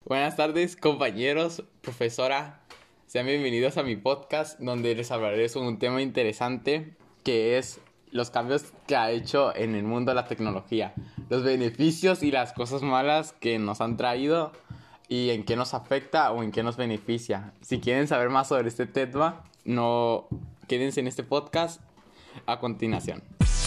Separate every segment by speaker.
Speaker 1: Buenas tardes, compañeros, profesora. Sean bienvenidos a mi podcast donde les hablaré sobre un tema interesante que es los cambios que ha hecho en el mundo la tecnología, los beneficios y las cosas malas que nos han traído y en qué nos afecta o en qué nos beneficia. Si quieren saber más sobre este tema, no quédense en este podcast a continuación.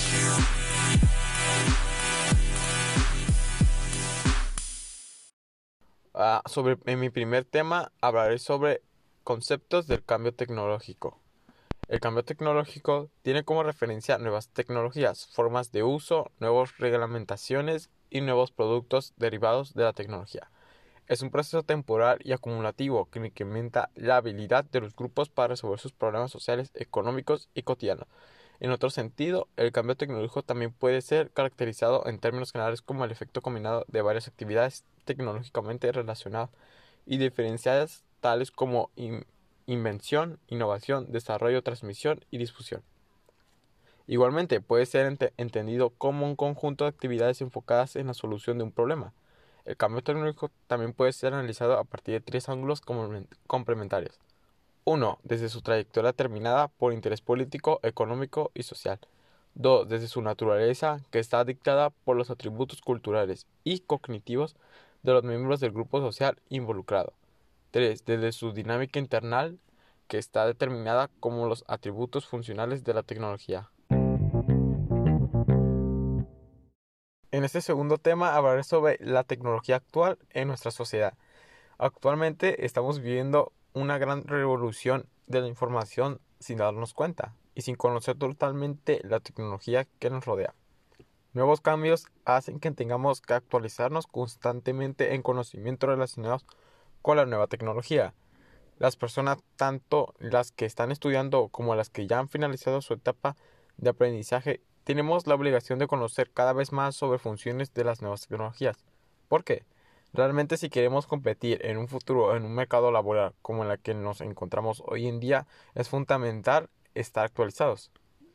Speaker 2: En mi primer tema hablaré sobre conceptos del cambio tecnológico. El cambio tecnológico tiene como referencia nuevas tecnologías, formas de uso, nuevas reglamentaciones y nuevos productos derivados de la tecnología. Es un proceso temporal y acumulativo que incrementa la habilidad de los grupos para resolver sus problemas sociales, económicos y cotidianos. En otro sentido, el cambio tecnológico también puede ser caracterizado en términos generales como el efecto combinado de varias actividades tecnológicamente relacionadas y diferenciadas tales como invención, innovación, desarrollo, transmisión y difusión. Igualmente, puede ser entendido como un conjunto de actividades enfocadas en la solución de un problema. El cambio tecnológico también puede ser analizado a partir de tres ángulos complementarios. Uno, desde su trayectoria determinada por interés político, económico y social. 2. Desde su naturaleza, que está dictada por los atributos culturales y cognitivos de los miembros del grupo social involucrado. 3. Desde su dinámica internal, que está determinada como los atributos funcionales de la tecnología. En este segundo tema hablaré sobre la tecnología actual en nuestra sociedad. Actualmente estamos viviendo una gran revolución de la información sin darnos cuenta y sin conocer totalmente la tecnología que nos rodea. Nuevos cambios hacen que tengamos que actualizarnos constantemente en conocimientos relacionados con la nueva tecnología. Las personas, tanto las que están estudiando como las que ya han finalizado su etapa de aprendizaje, tenemos la obligación de conocer cada vez más sobre funciones de las nuevas tecnologías. ¿Por qué? Realmente si queremos competir en un futuro en un mercado laboral como el que nos encontramos hoy en día, es fundamental estar actualizados.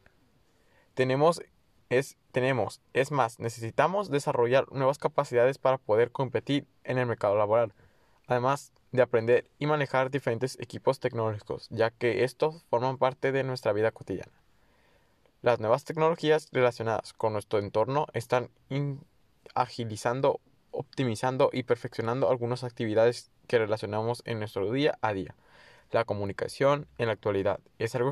Speaker 2: Es más, necesitamos desarrollar nuevas capacidades para poder competir en el mercado laboral, además de aprender y manejar diferentes equipos tecnológicos, ya que estos forman parte de nuestra vida cotidiana. Las nuevas tecnologías relacionadas con nuestro entorno están agilizando, optimizando y perfeccionando algunas actividades que relacionamos en nuestro día a día. La comunicación en la actualidad es algo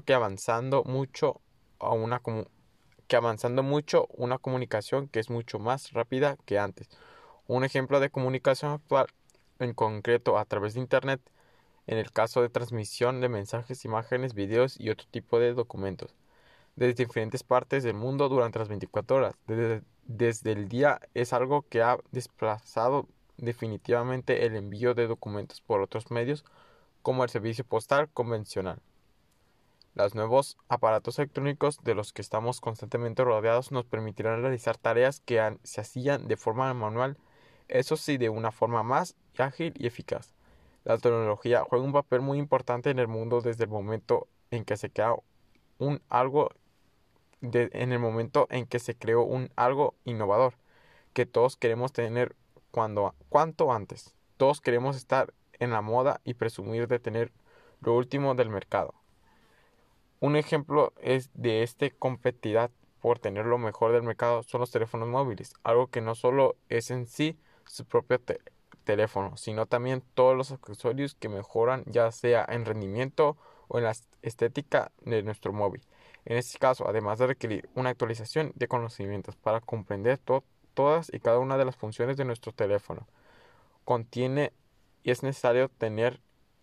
Speaker 2: que avanzando mucho una comunicación que es mucho más rápida que antes. Un ejemplo de comunicación actual, en concreto a través de Internet, en el caso de transmisión de mensajes, imágenes, videos y otro tipo de documentos, desde diferentes partes del mundo durante las 24 horas. Desde el día es algo que ha desplazado definitivamente el envío de documentos por otros medios como el servicio postal convencional. Los nuevos aparatos electrónicos de los que estamos constantemente rodeados nos permitirán realizar tareas que se hacían de forma manual, eso sí, de una forma más ágil y eficaz. La tecnología juega un papel muy importante en el mundo desde el momento en que se crea un algo, en el momento en que se creó un algo innovador, que todos queremos tener cuanto antes. Todos queremos estar en la moda y presumir de tener lo último del mercado. Un ejemplo es de este competitividad por tener lo mejor del mercado son los teléfonos móviles, algo que no solo es en sí su propio teléfono, sino también todos los accesorios que mejoran ya sea en rendimiento o en la estética de nuestro móvil. En este caso, además de requerir una actualización de conocimientos para comprender todas y cada una de las funciones de nuestro teléfono, contiene y es necesario tener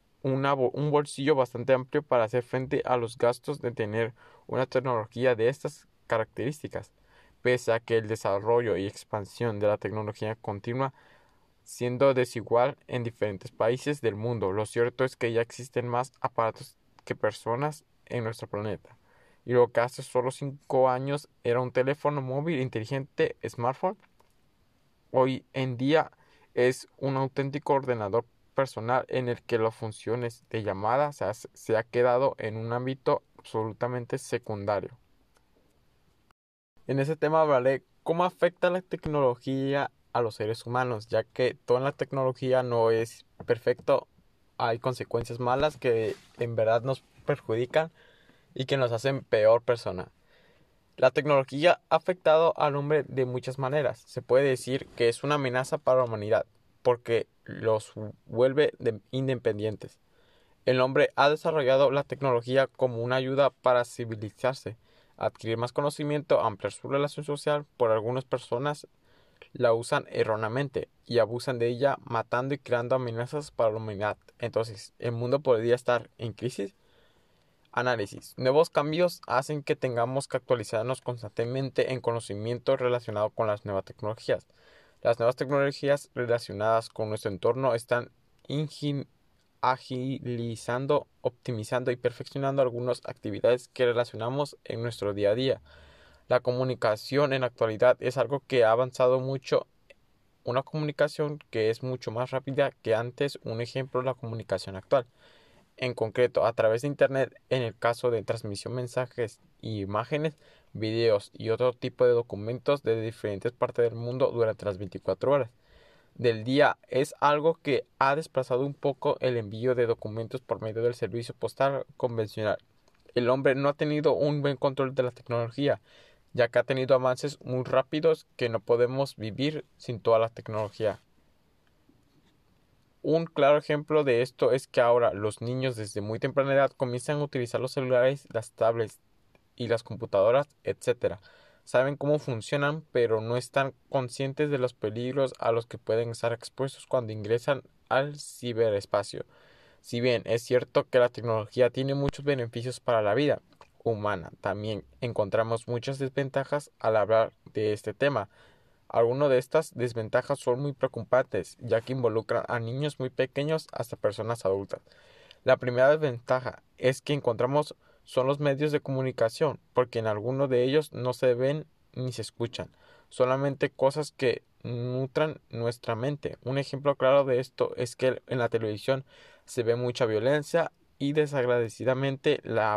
Speaker 2: un bolsillo bastante amplio para hacer frente a los gastos de tener una tecnología de estas características. Pese a que el desarrollo y expansión de la tecnología continúa siendo desigual en diferentes países del mundo, lo cierto es que ya existen más aparatos que personas en nuestro planeta. Y lo que hace solo 5 años era un teléfono móvil inteligente smartphone, hoy en día es un auténtico ordenador personal en el que las funciones de llamada se ha quedado en un ámbito absolutamente secundario. En ese tema hablaré cómo afecta la tecnología a los seres humanos, ya que toda la tecnología no es perfecto, hay consecuencias malas que en verdad nos perjudican y que nos hacen peor persona. La tecnología ha afectado al hombre de muchas maneras. Se puede decir que es una amenaza para la humanidad porque los vuelve independientes. El hombre ha desarrollado la tecnología como una ayuda para civilizarse, adquirir más conocimiento, ampliar su relación social. Por algunas personas la usan erróneamente y abusan de ella, matando y creando amenazas para la humanidad. Entonces, ¿el mundo podría estar en crisis? Análisis. Nuevos cambios hacen que tengamos que actualizarnos constantemente en conocimiento relacionado con las nuevas tecnologías. Las nuevas tecnologías relacionadas con nuestro entorno están agilizando, optimizando y perfeccionando algunas actividades que relacionamos en nuestro día a día. La comunicación en la actualidad es algo que ha avanzado mucho, una comunicación que es mucho más rápida que antes. Un ejemplo, la comunicación actual. En concreto, a través de Internet, en el caso de transmisión de mensajes y imágenes, videos y otro tipo de documentos de diferentes partes del mundo durante las 24 horas del día, es algo que ha desplazado un poco el envío de documentos por medio del servicio postal convencional. El hombre no ha tenido un buen control de la tecnología, ya que ha tenido avances muy rápidos que no podemos vivir sin toda la tecnología. Un claro ejemplo de esto es que ahora los niños desde muy temprana edad comienzan a utilizar los celulares, las tablets y las computadoras, etcétera. Saben cómo funcionan, pero no están conscientes de los peligros a los que pueden estar expuestos cuando ingresan al ciberespacio. Si bien es cierto que la tecnología tiene muchos beneficios para la vida humana, también encontramos muchas desventajas al hablar de este tema. Algunas de estas desventajas son muy preocupantes, ya que involucran a niños muy pequeños hasta personas adultas. La primera desventaja es que encontramos son los medios de comunicación, porque en algunos de ellos no se ven ni se escuchan, solamente cosas que nutran nuestra mente. Un ejemplo claro de esto es que en la televisión se ve mucha violencia y desagradecidamente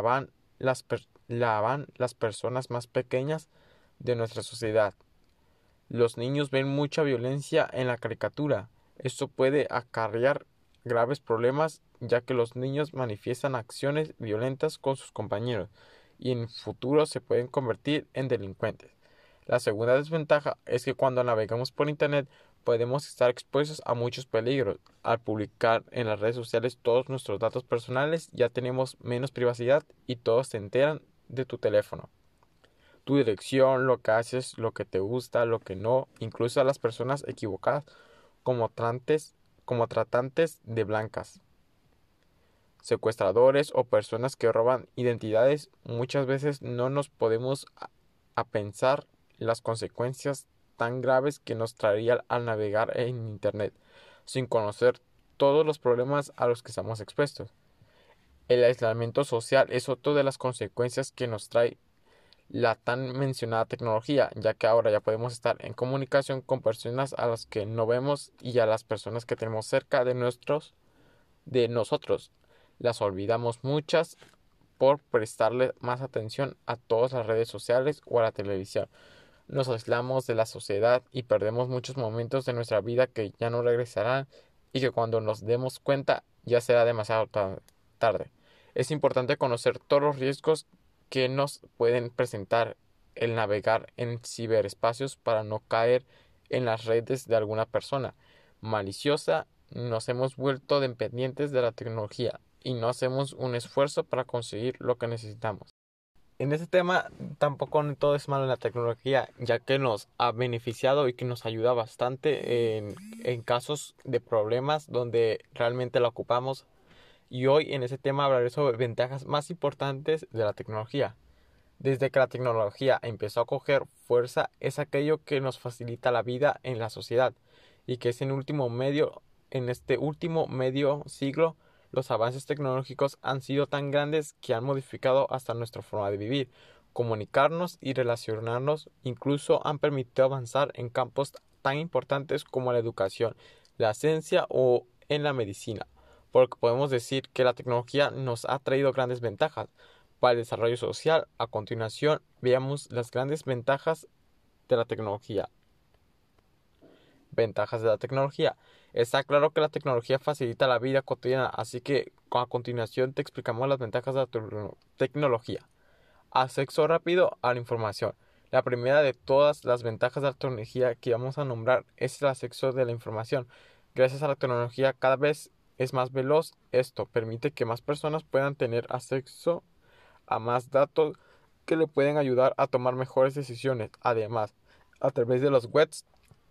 Speaker 2: la van las personas más pequeñas de nuestra sociedad. Los niños ven mucha violencia en la caricatura. Esto puede acarrear graves problemas, ya que los niños manifiestan acciones violentas con sus compañeros y en futuro se pueden convertir en delincuentes. La segunda desventaja es que cuando navegamos por Internet podemos estar expuestos a muchos peligros. Al publicar en las redes sociales todos nuestros datos personales ya tenemos menos privacidad y todos se enteran de tu teléfono, tu dirección, lo que haces, lo que te gusta, lo que no, incluso a las personas equivocadas como tratantes de blancas, secuestradores o personas que roban identidades. Muchas veces no nos podemos a pensar las consecuencias tan graves que nos traería al navegar en Internet, sin conocer todos los problemas a los que estamos expuestos. El aislamiento social es otra de las consecuencias que nos trae la tan mencionada tecnología, ya que ahora ya podemos estar en comunicación con personas a las que no vemos y a las personas que tenemos cerca de nosotros. Las olvidamos muchas por prestarle más atención a todas las redes sociales o a la televisión. Nos aislamos de la sociedad y perdemos muchos momentos de nuestra vida que ya no regresarán y que cuando nos demos cuenta ya será demasiado tarde. Es importante conocer todos los riesgos que nos pueden presentar el navegar en ciberespacios para no caer en las redes de alguna persona maliciosa. Nos hemos vuelto dependientes de la tecnología y no hacemos un esfuerzo para conseguir lo que necesitamos. En este tema tampoco todo es malo en la tecnología, ya que nos ha beneficiado y que nos ayuda bastante en casos de problemas donde realmente la ocupamos. Y hoy en este tema hablaré sobre ventajas más importantes de la tecnología. Desde que la tecnología empezó a coger fuerza, es aquello que nos facilita la vida en la sociedad y que es en este último medio siglo, los avances tecnológicos han sido tan grandes que han modificado hasta nuestra forma de vivir, comunicarnos y relacionarnos. Incluso han permitido avanzar en campos tan importantes como la educación, la ciencia o en la medicina, porque podemos decir que la tecnología nos ha traído grandes ventajas para el desarrollo social. A continuación, veamos las grandes ventajas de la tecnología. Ventajas de la tecnología. Está claro que la tecnología facilita la vida cotidiana, así que a continuación te explicamos las ventajas de la tecnología. Acceso rápido a la información. La primera de todas las ventajas de la tecnología que vamos a nombrar es el acceso de la información. Gracias a la tecnología cada vez es más veloz. Esto permite que más personas puedan tener acceso a más datos que le pueden ayudar a tomar mejores decisiones. Además, a través de los webs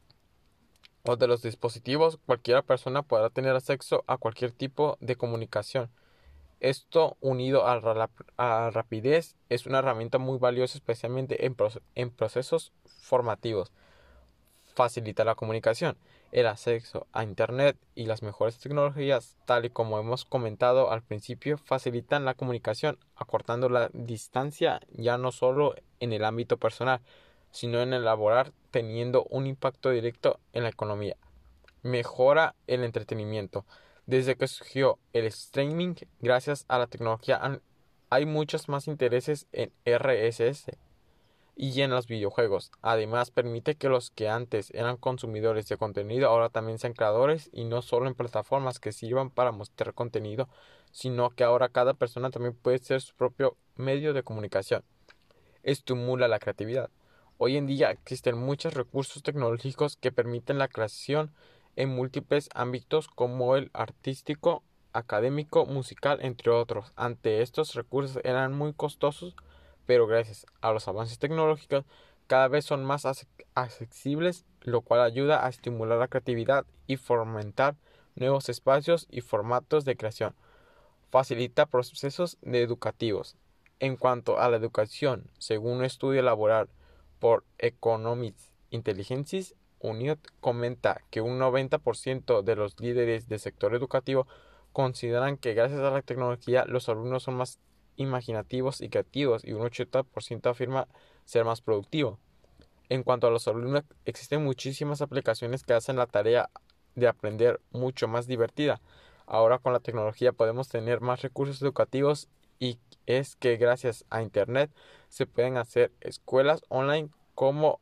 Speaker 2: o de los dispositivos, cualquier persona podrá tener acceso a cualquier tipo de comunicación. Esto, unido a rapidez, es una herramienta muy valiosa, especialmente en procesos formativos. Facilita la comunicación. El acceso a Internet y las mejores tecnologías, tal y como hemos comentado al principio, facilitan la comunicación, acortando la distancia ya no solo en el ámbito personal, sino en el laboral, teniendo un impacto directo en la economía. Mejora el entretenimiento. Desde que surgió el streaming, gracias a la tecnología, hay muchos más intereses en RSS y en los videojuegos. Además, permite que los que antes eran consumidores de contenido ahora también sean creadores y no solo en plataformas que sirvan para mostrar contenido, sino que ahora cada persona también puede ser su propio medio de comunicación. Estimula la creatividad. Hoy en día existen muchos recursos tecnológicos que permiten la creación en múltiples ámbitos como el artístico, académico, musical, entre otros. Ante estos recursos eran muy costosos, pero gracias a los avances tecnológicos cada vez son más accesibles, lo cual ayuda a estimular la creatividad y fomentar nuevos espacios y formatos de creación. Facilita procesos educativos. En cuanto a la educación, según un estudio elaborado por Economics Intelligence, UNIOT comenta que un 90% de los líderes del sector educativo consideran que gracias a la tecnología los alumnos son más imaginativos y creativos, y un 80% afirma ser más productivo. En cuanto a los alumnos, existen muchísimas aplicaciones que hacen la tarea de aprender mucho más divertida. Ahora con la tecnología podemos tener más recursos educativos, y es que gracias a Internet se pueden hacer escuelas online como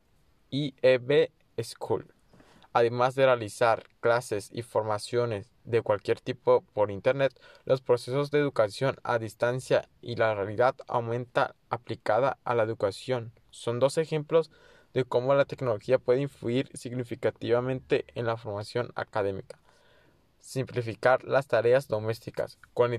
Speaker 2: IEB School. Además de realizar clases y formaciones de cualquier tipo por Internet, los procesos de educación a distancia y la realidad aumenta aplicada a la educación son dos ejemplos de cómo la tecnología puede influir significativamente en la formación académica. Simplificar las tareas domésticas.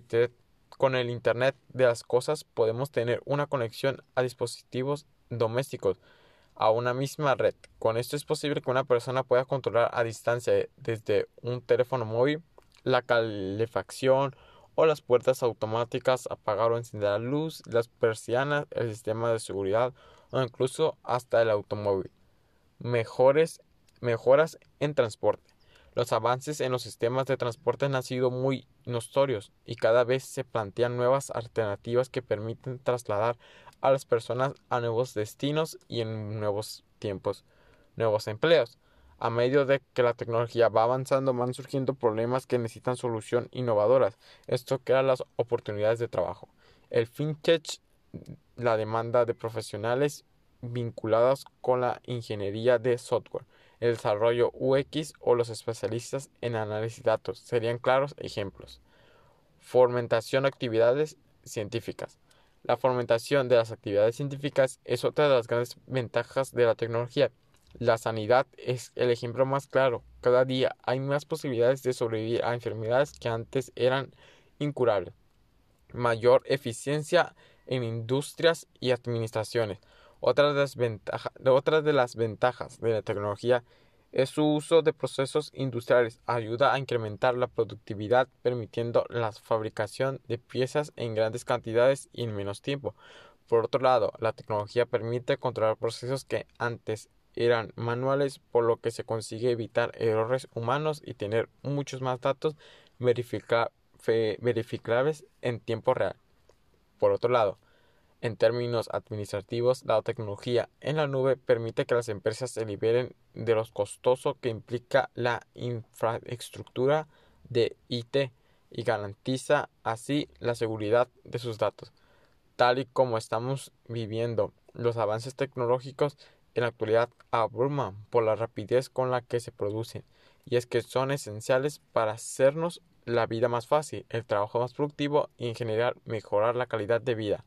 Speaker 2: Con el Internet de las cosas podemos tener una conexión a dispositivos domésticos a una misma red. Con esto es posible que una persona pueda controlar a distancia desde un teléfono móvil la calefacción o las puertas automáticas, apagar o encender la luz, las persianas, el sistema de seguridad o incluso hasta el automóvil. Mejoras en transporte. Los avances en los sistemas de transporte han sido muy notorios y cada vez se plantean nuevas alternativas que permiten trasladar a las personas a nuevos destinos y en nuevos tiempos, nuevos empleos. A medida de que la tecnología va avanzando, van surgiendo problemas que necesitan solución innovadoras. Esto crea las oportunidades de trabajo. El fintech, la demanda de profesionales vinculados con la ingeniería de software, el desarrollo UX o los especialistas en análisis de datos serían claros ejemplos. Fomentación de actividades científicas. La fomentación de las actividades científicas es otra de las grandes ventajas de la tecnología. La sanidad es el ejemplo más claro. Cada día hay más posibilidades de sobrevivir a enfermedades que antes eran incurables. Mayor eficiencia en industrias y administraciones. Otra de las ventajas de la tecnología es su uso de procesos industriales. Ayuda a incrementar la productividad, permitiendo la fabricación de piezas en grandes cantidades y en menos tiempo. Por otro lado, la tecnología permite controlar procesos que antes eran manuales, por lo que se consigue evitar errores humanos y tener muchos más datos verificables en tiempo real. Por otro lado, en términos administrativos, la tecnología en la nube permite que las empresas se liberen de lo costoso que implica la infraestructura de IT y garantiza así la seguridad de sus datos. Tal y como estamos viviendo los avances tecnológicos en la actualidad abruman por la rapidez con la que se producen, y es que son esenciales para hacernos la vida más fácil, el trabajo más productivo y en general mejorar la calidad de vida.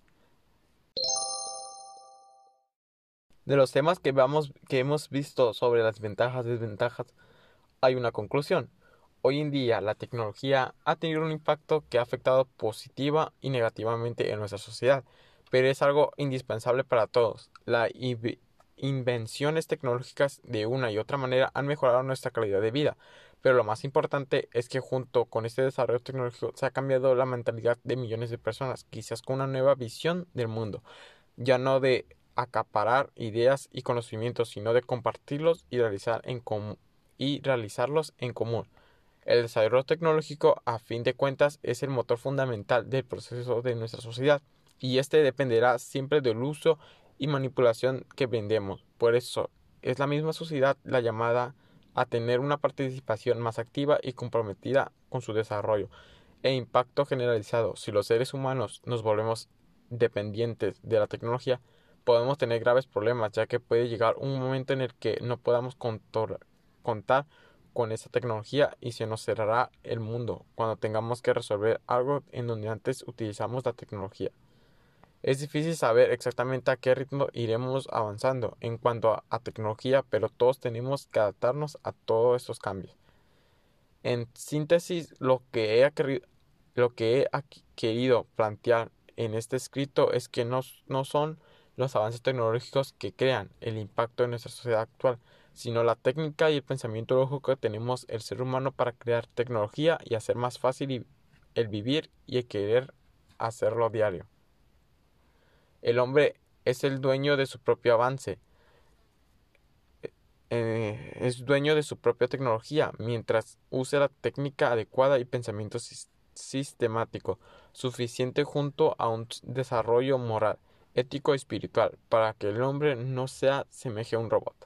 Speaker 2: De los temas que hemos visto sobre las ventajas y desventajas, hay una conclusión. Hoy en día la tecnología ha tenido un impacto que ha afectado positiva y negativamente en nuestra sociedad, pero es algo indispensable para todos. Las invenciones tecnológicas de una y otra manera han mejorado nuestra calidad de vida, pero lo más importante es que junto con este desarrollo tecnológico se ha cambiado la mentalidad de millones de personas, quizás con una nueva visión del mundo, ya no de acaparar ideas y conocimientos, sino de compartirlos y realizarlos en común. El desarrollo tecnológico, a fin de cuentas, es el motor fundamental del proceso de nuestra sociedad, y este dependerá siempre del uso y manipulación que vendemos. Por eso, es la misma sociedad la llamada a tener una participación más activa y comprometida con su desarrollo e impacto generalizado. Si los seres humanos nos volvemos dependientes de la tecnología, podemos tener graves problemas, ya que puede llegar un momento en el que no podamos contar con esa tecnología y se nos cerrará el mundo cuando tengamos que resolver algo en donde antes utilizamos la tecnología. Es difícil saber exactamente a qué ritmo iremos avanzando en cuanto a tecnología, pero todos tenemos que adaptarnos a todos estos cambios. En síntesis, lo que he querido plantear en este escrito es que no son los avances tecnológicos que crean el impacto en nuestra sociedad actual, sino la técnica y el pensamiento lógico que tenemos el ser humano para crear tecnología y hacer más fácil el vivir y el querer hacerlo diario. El hombre es el dueño de su propio avance, es dueño de su propia tecnología, mientras use la técnica adecuada y pensamiento sistemático, suficiente junto a un desarrollo moral, ético y espiritual, para que el hombre no sea semeje a un robot.